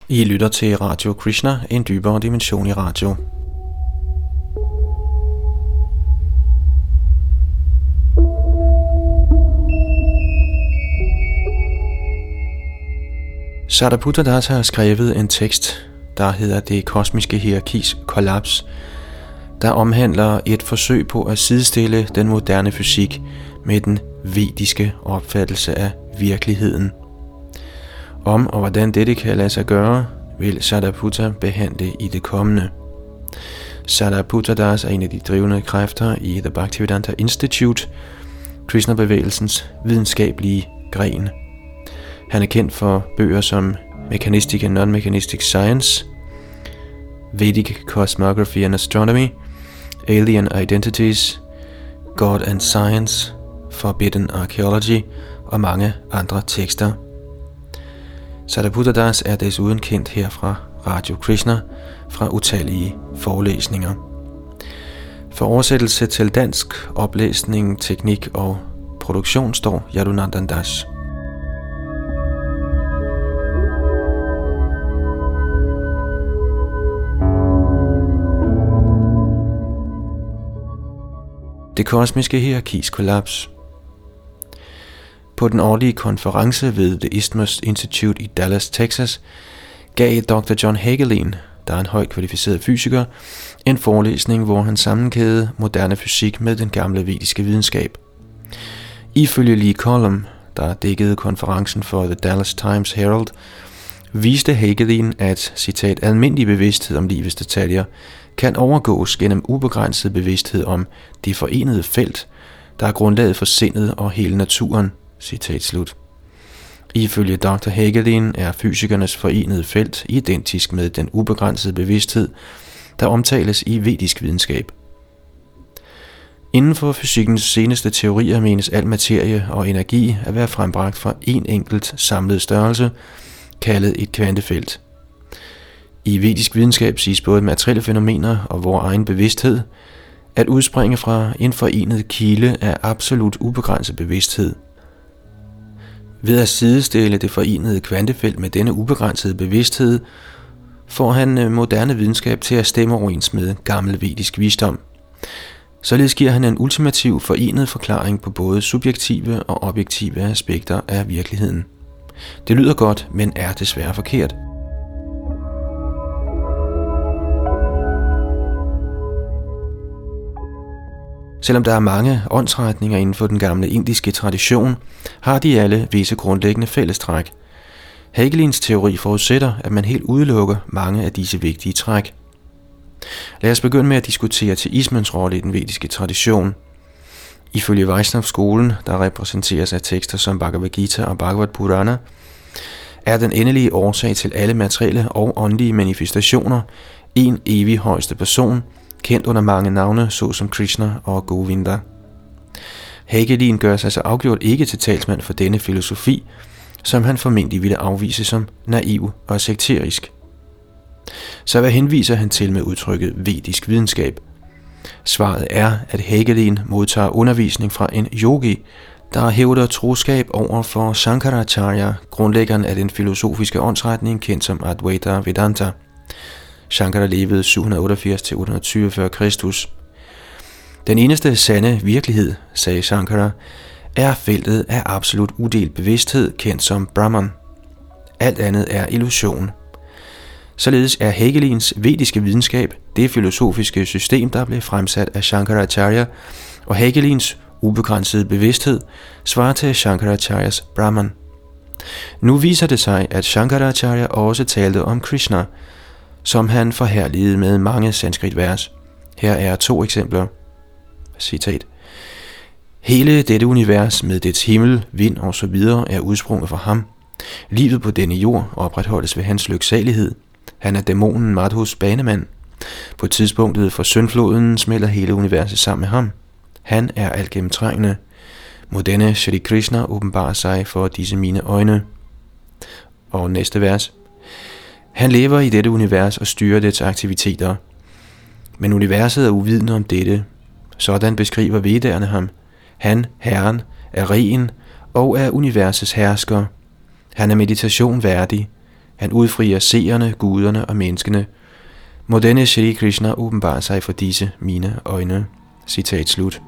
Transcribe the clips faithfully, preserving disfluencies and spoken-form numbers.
I lytter til Radio Krishna, en dybere dimension i radio. Sariputta Das har skrevet en tekst, der hedder Det kosmiske hierarkis kollaps, der omhandler et forsøg på at sidestille den moderne fysik med den vediske opfattelse af virkeligheden. Om og hvordan dette kan lade sig gøre, vil Sariputta behandle i det kommende. Sariputta Das er en af de drivende kræfter i The Bhaktivedanta Institute, Krishna-bevægelsens videnskabelige gren. Han er kendt for bøger som Mechanistic and Non-Mechanistic Science, Vedic Cosmography and Astronomy, Alien Identities, God and Science, Forbidden Archaeology og mange andre tekster. Sariputta Das er desuden kendt her fra Radio Krishna fra utallige forelæsninger. For oversættelse til dansk, oplæsning, teknik og produktion står Yadunandan Das. Det kosmiske hierarkis kollaps. På den årlige konference ved The Isthmus Institute i Dallas, Texas, gav doktor John Hagelin, der er en højt kvalificeret fysiker, en forelæsning, hvor han sammenkædede moderne fysik med den gamle vediske videnskab. Ifølge Lee Collum, der dækkede konferencen for The Dallas Times Herald, viste Hagelin, at, citat, almindelig bevidsthed om livets detaljer kan overgås gennem ubegrænset bevidsthed om det forenede felt, der er grundlaget for sindet og hele naturen. Citat slut. Ifølge doktor Hagelin er fysikernes forenede felt identisk med den ubegrænsede bevidsthed, der omtales i vedisk videnskab. Inden for fysikkens seneste teorier menes al materie og energi at være frembragt fra en enkelt samlet størrelse, kaldet et kvantefelt. I vedisk videnskab siges både materielle fænomener og vores egen bevidsthed at udspringe fra en forenet kilde af absolut ubegrænset bevidsthed. Ved at sidestille det forenede kvantefelt med denne ubegrænsede bevidsthed, får han moderne videnskab til at stemme overens med gammel vedisk visdom. Således giver han en ultimativ forenet forklaring på både subjektive og objektive aspekter af virkeligheden. Det lyder godt, men er desværre forkert. Selvom der er mange åndsretninger inden for den gamle indiske tradition, har de alle visse grundlæggende fællestræk. Hagelins teori forudsætter, at man helt udelukker mange af disse vigtige træk. Lad os begynde med at diskutere teismens rolle i den vediske tradition. Ifølge Vaishnav-skolen, der repræsenteres af tekster som Bhagavad Gita og Bhagavad Purana, er den endelige årsag til alle materielle og åndelige manifestationer en evig højeste person, kendt under mange navne, såsom Krishna og Govinda. Hagelin gør sig så afgjort ikke til talsmand for denne filosofi, som han formentlig ville afvise som naiv og sekterisk. Så hvad henviser han til med udtrykket vedisk videnskab? Svaret er, at Hagelin modtager undervisning fra en yogi, der hævder troskab over for Shankaracharya, grundlæggeren af den filosofiske åndsretning kendt som Advaita Vedanta. Shankara levede syv hundrede otteogfirs til otte hundrede tyve før Kristus. Den eneste sande virkelighed, sagde Shankara, er feltet af absolut udelt bevidsthed, kendt som Brahman. Alt andet er illusion. Således er Hagelins vediske videnskab det filosofiske system, der blev fremsat af Shankaracharya, og Hagelins ubegrænsede bevidsthed svarer til Shankaracharyas Brahman. Nu viser det sig, at Shankaracharya også talte om Krishna, som han forherligede med mange sanskrit-vers. Her er to eksempler. Citat. Hele dette univers med dets himmel, vind og så videre er udsprunget fra ham. Livet på denne jord opretholdes ved hans lyksalighed. Han er dæmonen Madhus banemand. På tidspunktet for syndfloden smelter hele universet sammen med ham. Han er alt gennemtrængende. Mod denne Shri Krishna åbenbarer sig for disse mine øjne. Og næste vers. Han lever i dette univers og styrer dets aktiviteter. Men universet er uvidende om dette. Sådan beskriver vedderne ham. Han, Herren, er ren og er universets hersker. Han er meditation værdig. Han udfrier seerne, guderne og menneskene. Må denne Shri Krishna åbenbare sig for disse mine øjne. Citat slut.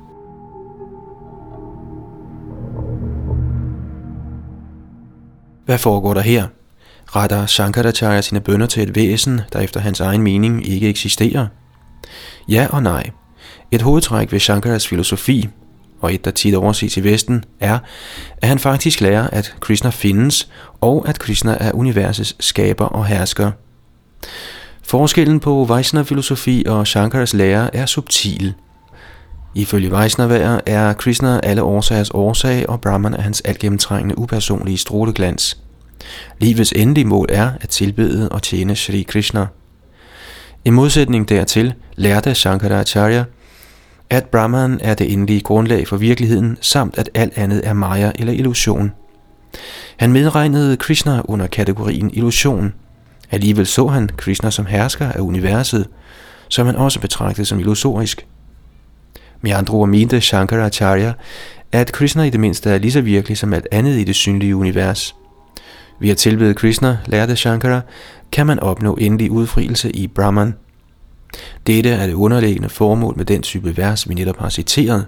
Hvad foregår der her? Retter Shankaracharya sine bønner til et væsen, der efter hans egen mening ikke eksisterer? Ja og nej. Et hovedtræk ved Shankaras filosofi, og et der tit overses i Vesten, er, at han faktisk lærer, at Krishna findes, og at Krishna er universets skaber og hersker. Forskellen på Vaishnava-filosofi og Shankaras lære er subtil. Ifølge Vaishnavaer er Krishna alle årsagers årsag, og Brahman er hans altgennemtrængende upersonlige stråleglans. Livets endelige mål er at tilbede og tjene Shri Krishna. I modsætning dertil lærte Shankaracharya, at Brahman er det endelige grundlag for virkeligheden, samt at alt andet er maya eller illusion. Han medregnede Krishna under kategorien illusion. Alligevel så han Krishna som hersker af universet, som han også betragtede som illusorisk. Med andre ord mente Shankaracharya, at Krishna i det mindste er lige så virkelig som alt andet i det synlige univers. Ved at tilbede Krishna, lærte Shankara, kan man opnå endelig udfrielse i Brahman. Dette er det underliggende formål med den type vers, vi netop har citeret.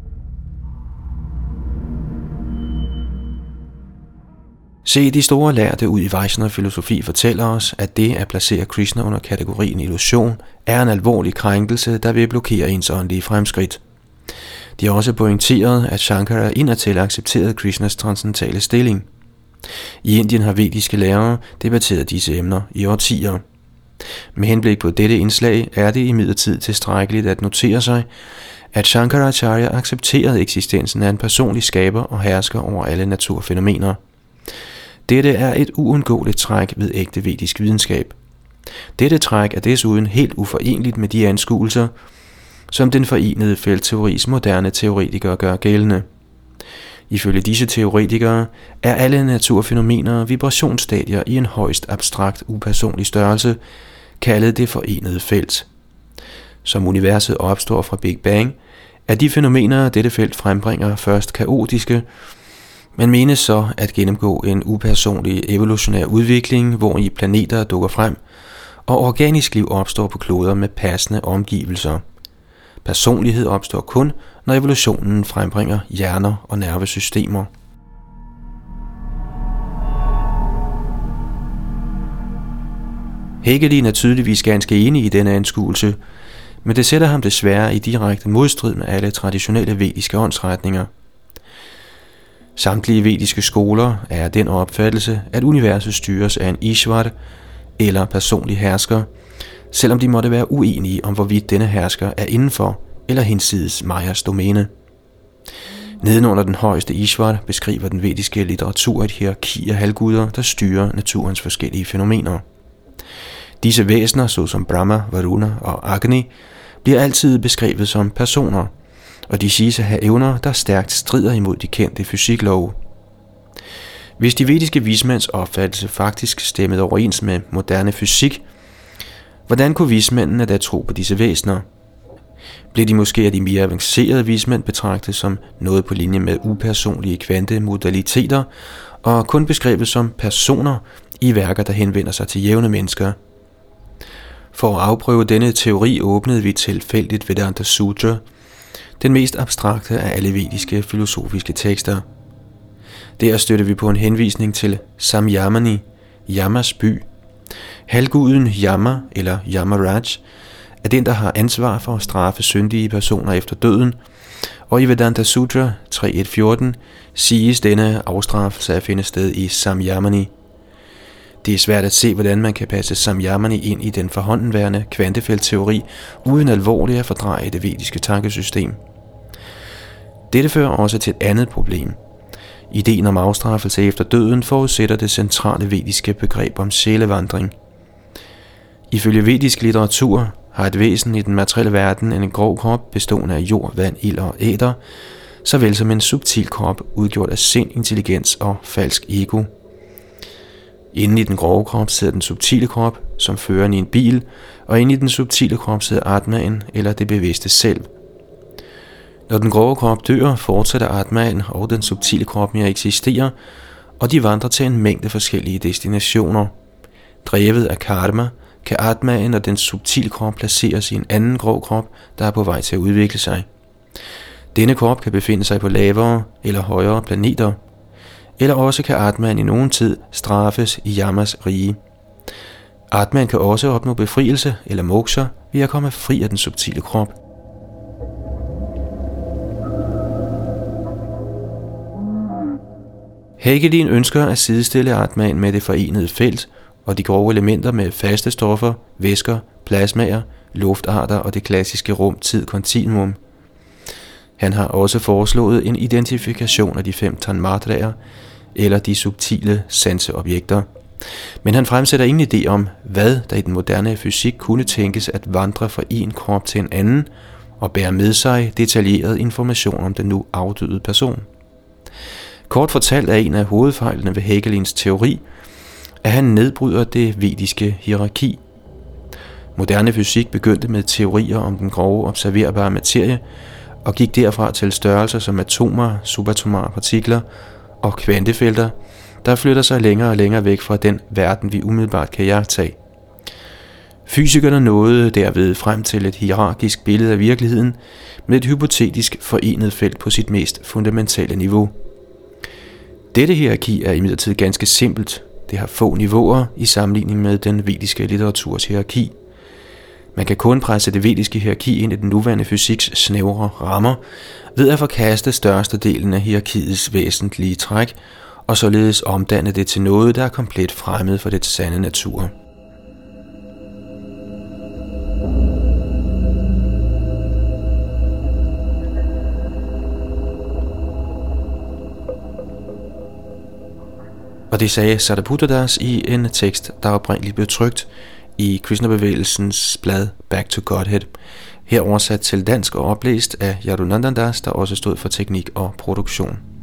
Se, de store lærte ud i Vaishnava-filosofi fortæller os, at det at placere Krishna under kategorien illusion er en alvorlig krænkelse, der vil blokere ens åndelige fremskridt. De har også pointeret, at Shankara indadtil accepterede Krishnas transcendentale stilling. I Indien har vediske lærere debatteret disse emner i årtier. Med henblik på dette indslag er det imidlertid tilstrækkeligt at notere sig, at Shankaracharya accepterede eksistensen af en personlig skaber og hersker over alle naturfænomener. Dette er et uundgåeligt træk ved ægte vedisk videnskab. Dette træk er desuden helt uforenligt med de anskuelser, som den forenede feltteoris moderne teoretikere gør gældende. Ifølge disse teoretikere er alle naturfænomener vibrationsstadier i en højst abstrakt, upersonlig størrelse, kaldet det forenede felt. Som universet opstår fra Big Bang, er de fænomener, dette felt frembringer, først kaotiske, men menes så at gennemgå en upersonlig evolutionær udvikling, hvor i planeter dukker frem, og organisk liv opstår på kloder med passende omgivelser. Personlighed opstår kun, når evolutionen frembringer hjerner og nervesystemer. Hagelin er tydeligvis ganske enig i denne anskuelse, men det sætter ham desværre i direkte modstrid med alle traditionelle vediske åndsretninger. Samtlige vediske skoler er af den opfattelse, at universet styres af en Ishvar eller personlig hersker, selvom de måtte være uenige om, hvorvidt denne hersker er indenfor eller hinsides Mayas domæne. Nedenunder den højeste Ishvar beskriver den vediske litteratur et hierarki af halvguder, der styrer naturens forskellige fænomener. Disse væsener, såsom Brahma, Varuna og Agni, bliver altid beskrevet som personer, og de siges at have evner, der stærkt strider imod de kendte fysiklove. Hvis de vediske vismænds opfattelse faktisk stemmede overens med moderne fysik, hvordan kunne vismændene da tro på disse væsener? Blev de måske af de mere avancerede vismænd betragtet som noget på linje med upersonlige kvantemodaliteter og kun beskrevet som personer i værker, der henvender sig til jævne mennesker? For at afprøve denne teori åbnede vi tilfældigt Vedanta Sutra, den mest abstrakte af alle vediske filosofiske tekster. Der støtter vi på en henvisning til Samyamani, Yamas by. Halvguden Yama eller Yamaraj er den, der har ansvar for at straffe syndige personer efter døden, og i Vedanta Sutra tre et fjorten siges denne afstraffelse at finde sted i Samyamani. Det er svært at se, hvordan man kan passe Samyamani ind i den forhåndenværende kvantefeltteori, uden alvorligt at fordreje det vediske tankesystem. Dette fører også til et andet problem. Ideen om afstraffelse efter døden forudsætter det centrale vediske begreb om sjælevandring. Ifølge vedisk litteratur har et væsen i den materielle verden en grov krop bestående af jord, vand, ild og æter, såvel som en subtil krop udgjort af sind, intelligens og falsk ego. Inden i den grove krop sidder den subtile krop, som føreren i en bil, og inde i den subtile krop sidder Atmaen eller det bevidste selv. Når den grove krop dør, fortsætter Atmaen og den subtile krop med at eksistere, og de vandrer til en mængde forskellige destinationer. Drevet af karma, kan atmaen og dens subtile krop placeres i en anden grov krop, der er på vej til at udvikle sig. Denne krop kan befinde sig på lavere eller højere planeter, eller også kan atmaen i nogen tid straffes i Yamas rige. Atmaen kan også opnå befrielse eller moksha ved at komme fri af den subtile krop. Hagelin ønsker at sidestille atmaen med det forenede felt og de grove elementer med faste stoffer, væsker, plasmaer, luftarter og det klassiske rum-tid-kontinuum. Han har også foreslået en identifikation af de fem tanmatraer, eller de subtile sanseobjekter. Men han fremsætter ingen idé om, hvad der i den moderne fysik kunne tænkes at vandre fra en krop til en anden, og bære med sig detaljeret information om den nu afdøde person. Kort fortalt er en af hovedfejlene ved Hagelins teori, at han nedbryder det vediske hierarki. Moderne fysik begyndte med teorier om den grove observerbare materie, og gik derfra til størrelser som atomer, subatomare partikler og kvantefelter, der flytter sig længere og længere væk fra den verden, vi umiddelbart kan iagttage. Fysikerne nåede derved frem til et hierarkisk billede af virkeligheden med et hypotetisk forenet felt på sit mest fundamentale niveau. Dette hierarki er imidlertid ganske simpelt. Det har få niveauer i sammenligning med den vediske litteraturs hierarki. Man kan kun presse det vediske hierarki ind i den nuværende fysiks snævre rammer ved at forkaste størstedelen af hierarkiets væsentlige træk og således omdanne det til noget, der er komplet fremmed for dets sande natur. Og det sagde Sariputta-das i en tekst, der oprindeligt blev trykt i Krishna-bevægelsens blad Back to Godhead, her oversat til dansk og oplæst af Yadunandandas, der også stod for teknik og produktion.